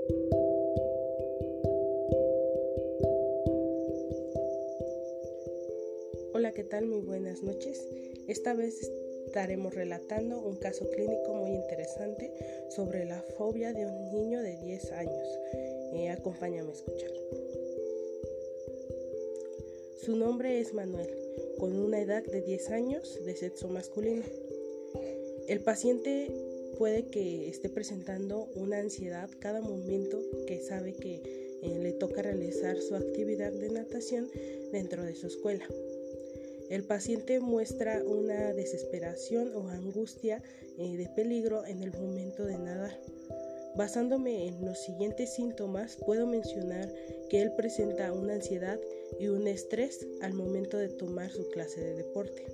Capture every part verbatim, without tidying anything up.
Hola, ¿qué tal? Muy buenas noches. Esta vez estaremos relatando un caso clínico muy interesante sobre la fobia de un niño de diez años. Eh, acompáñame a escuchar. Su nombre es Manuel, con una edad de diez años, de sexo masculino. El paciente puede que esté presentando una ansiedad cada momento que sabe que eh, le toca realizar su actividad de natación dentro de su escuela. El paciente muestra una desesperación o angustia eh, de peligro en el momento de nadar. Basándome en los siguientes síntomas, puedo mencionar que él presenta una ansiedad y un estrés al momento de tomar su clase de deporte.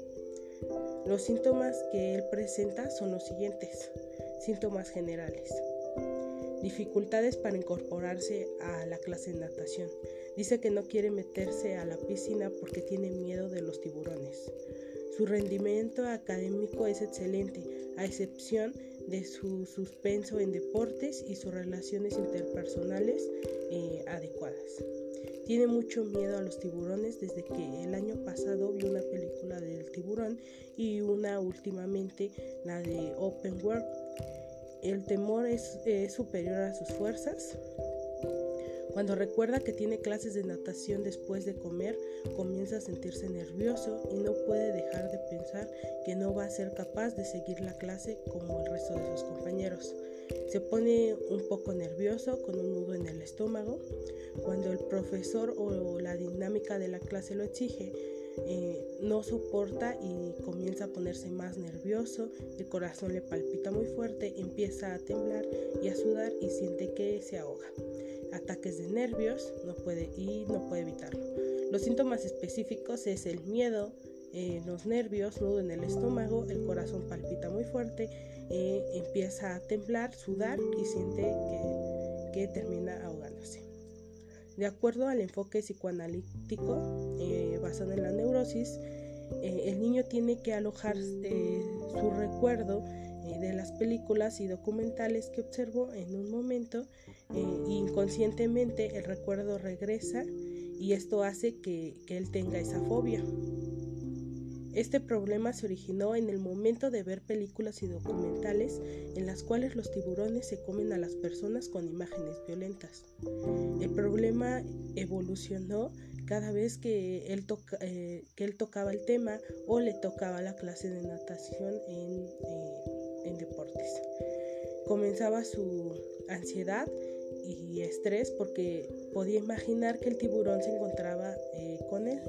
Los síntomas que él presenta son los siguientes. Síntomas generales. Dificultades para incorporarse a la clase de natación. Dice que no quiere meterse a la piscina porque tiene miedo de los tiburones. Su rendimiento académico es excelente, a excepción de su suspenso en deportes y sus relaciones interpersonales eh, adecuadas. Tiene mucho miedo a los tiburones desde que el año pasado vio una película del tiburón y una últimamente, la de Open World. El temor es, es superior a sus fuerzas. Cuando recuerda que tiene clases de natación después de comer, comienza a sentirse nervioso y no puede dejar de pensar que no va a ser capaz de seguir la clase como el resto de sus compañeros. Se pone un poco nervioso con un nudo en el estómago. Cuando el profesor o la dinámica de la clase lo exige, eh, no soporta y comienza a ponerse más nervioso, el corazón le palpita muy fuerte, empieza a temblar y a sudar y siente que se ahoga. Ataques de nervios no puede, y no puede evitarlo. Los síntomas específicos es el miedo, eh, los nervios, nudo en el estómago, el corazón palpita muy fuerte, eh, empieza a temblar, sudar y siente que, que termina ahogándose. De acuerdo al enfoque psicoanalítico eh, basado en la neurosis, eh, el niño tiene que alojar eh, su recuerdo eh, de las películas y documentales que observó en un momento. Eh, inconscientemente el recuerdo regresa y esto hace que, que él tenga esa fobia. Este problema se originó en el momento de ver películas y documentales en las cuales los tiburones se comen a las personas con imágenes violentas. El problema evolucionó cada vez que él, toca, eh, que él tocaba el tema o le tocaba la clase de natación en, eh, en deportes. Comenzaba su ansiedad y estrés porque podía imaginar que el tiburón se encontraba eh, con él.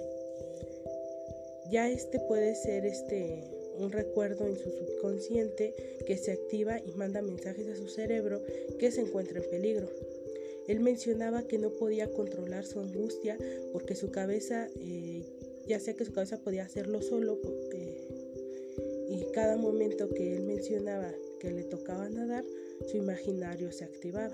Ya este puede ser este, un recuerdo en su subconsciente que se activa y manda mensajes a su cerebro que se encuentra en peligro. Él mencionaba que no podía controlar su angustia porque su cabeza, eh, ya sea que su cabeza podía hacerlo solo, eh, y cada momento que él mencionaba que le tocaba nadar, su imaginario se activaba.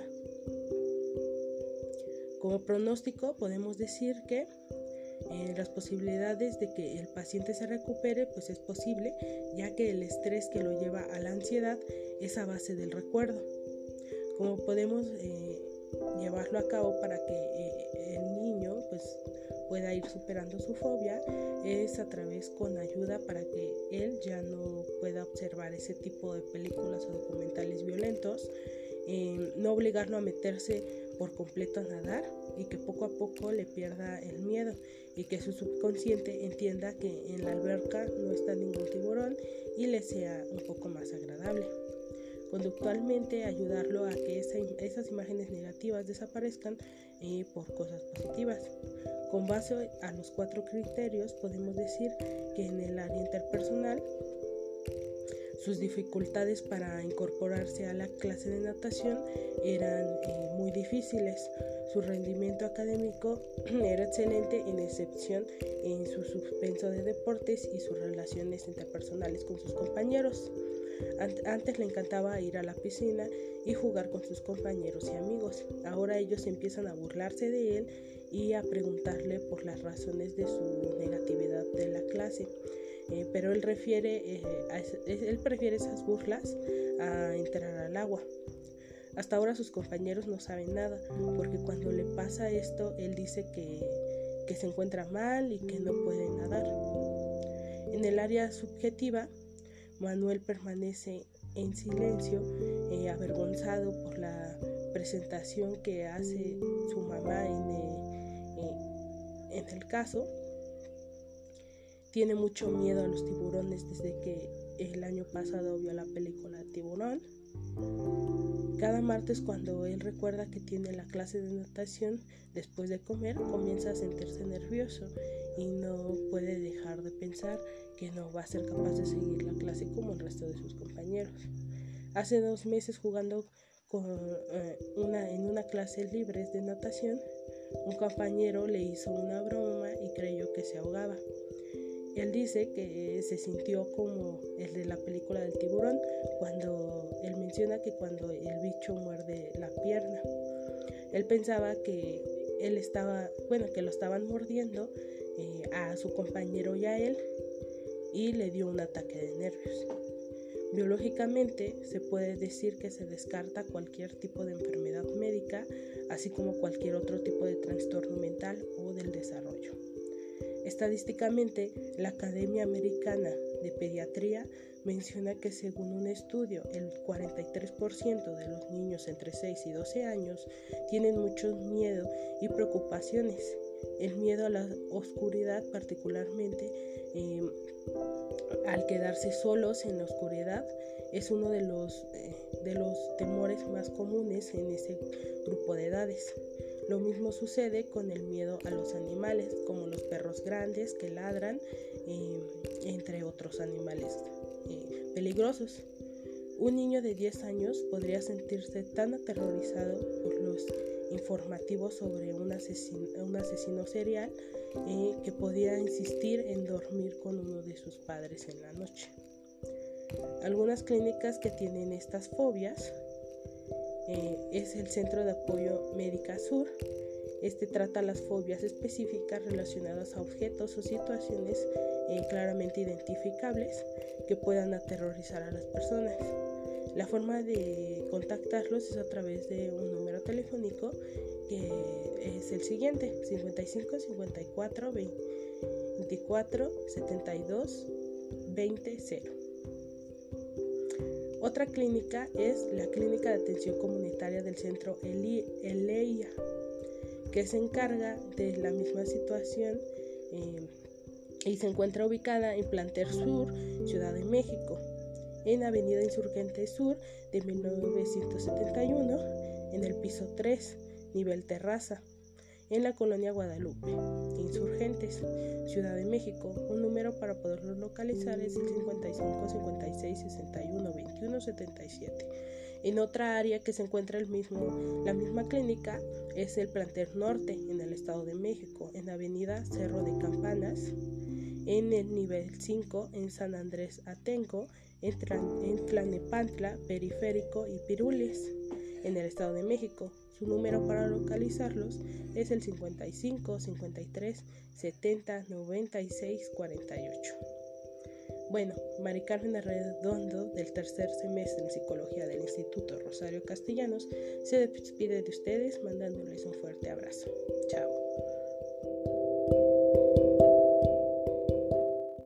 Como pronóstico podemos decir que eh, las posibilidades de que el paciente se recupere pues es posible, ya que el estrés que lo lleva a la ansiedad es a base del recuerdo. Como podemos eh, llevarlo a cabo para que eh, el niño pues pueda ir superando su fobia es a través con ayuda para que él ya no pueda observar ese tipo de películas o documentales violentos, eh, no obligarlo a meterse por completo a nadar y que poco a poco le pierda el miedo y que su subconsciente entienda que en la alberca no está ningún tiburón y le sea un poco más agradable. Conductualmente ayudarlo a que esa, esas imágenes negativas desaparezcan eh, por cosas positivas. Con base a los cuatro criterios podemos decir que en el área interpersonal sus dificultades para incorporarse a la clase de natación eran eh, muy difíciles. Su rendimiento académico era excelente, en excepción en su suspenso de deportes y sus relaciones interpersonales con sus compañeros. Antes le encantaba ir a la piscina y jugar con sus compañeros y amigos. Ahora ellos empiezan a burlarse de él y a preguntarle por las razones de su negatividad de la clase. Eh, pero él, refiere, eh, a, él prefiere esas burlas a entrar al agua. Hasta ahora sus compañeros no saben nada, porque cuando le pasa esto, él dice que, que se encuentra mal y que no puede nadar. En el área subjetiva, Manuel permanece en silencio, eh, avergonzado por la presentación que hace su mamá en el, eh, en el caso. Tiene mucho miedo a los tiburones desde que el año pasado vio la película Tiburón. Cada martes, cuando él recuerda que tiene la clase de natación después de comer, comienza a sentirse nervioso y no puede dejar de pensar que no va a ser capaz de seguir la clase como el resto de sus compañeros. Hace dos meses, jugando con, eh, una, en una clase libre de natación, un compañero le hizo una broma y creyó que se ahogaba. Él dice que se sintió como el de la película del tiburón, cuando él menciona que cuando el bicho muerde la pierna. Él pensaba que él estaba, bueno, que lo estaban mordiendo eh, a su compañero y a él, y le dio un ataque de nervios. Biológicamente se puede decir que se descarta cualquier tipo de enfermedad médica, así como cualquier otro tipo de trastorno mental o del desarrollo. Estadísticamente, la Academia Americana de Pediatría menciona que según un estudio, el cuarenta y tres por ciento de los niños entre seis y doce años tienen mucho miedo y preocupaciones. El miedo a la oscuridad, particularmente eh, al quedarse solos en la oscuridad, es uno de los, eh, de los temores más comunes en ese grupo de edades. Lo mismo sucede con el miedo a los animales, como los perros grandes que ladran, eh, entre otros animales eh, peligrosos. Un niño de diez años podría sentirse tan aterrorizado por los informativos sobre un asesino, un asesino serial eh, que podía insistir en dormir con uno de sus padres en la noche. Algunas clínicas que tienen estas fobias Eh, es el Centro de Apoyo Médica Sur. Este trata las fobias específicas relacionadas a objetos o situaciones eh, claramente identificables que puedan aterrorizar a las personas. La forma de contactarlos es a través de un número telefónico que es el siguiente: cincuenta y cinco, cincuenta y cuatro, veinticuatro, setenta y dos, veinte, cero. Otra clínica es la Clínica de Atención Comunitaria del Centro Eleia, que se encarga de la misma situación eh, y se encuentra ubicada en Planter Sur, Ciudad de México, en Avenida Insurgente Sur de mil novecientos setenta y uno, en el piso tres, nivel terraza, en la colonia Guadalupe, Insurgentes, Ciudad de México. Un número para poderlos localizar es el cincuenta y cinco, cincuenta y seis, sesenta y uno, veintiuno, setenta y siete. En otra área que se encuentra el mismo, la misma clínica es el Planter Norte, en el Estado de México, en Avenida Cerro de Campanas, en el nivel cinco, en San Andrés Atenco, en, Tran, en Tlanepantla, Periférico y Pirules, en el Estado de México. Su número para localizarlos es el cincuenta y cinco, cincuenta y tres, setenta, noventa y seis, cuarenta y ocho. Bueno, Mari Carmen Arredondo, del tercer semestre en Psicología del Instituto Rosario Castellanos, se despide de ustedes mandándoles un fuerte abrazo. Chao.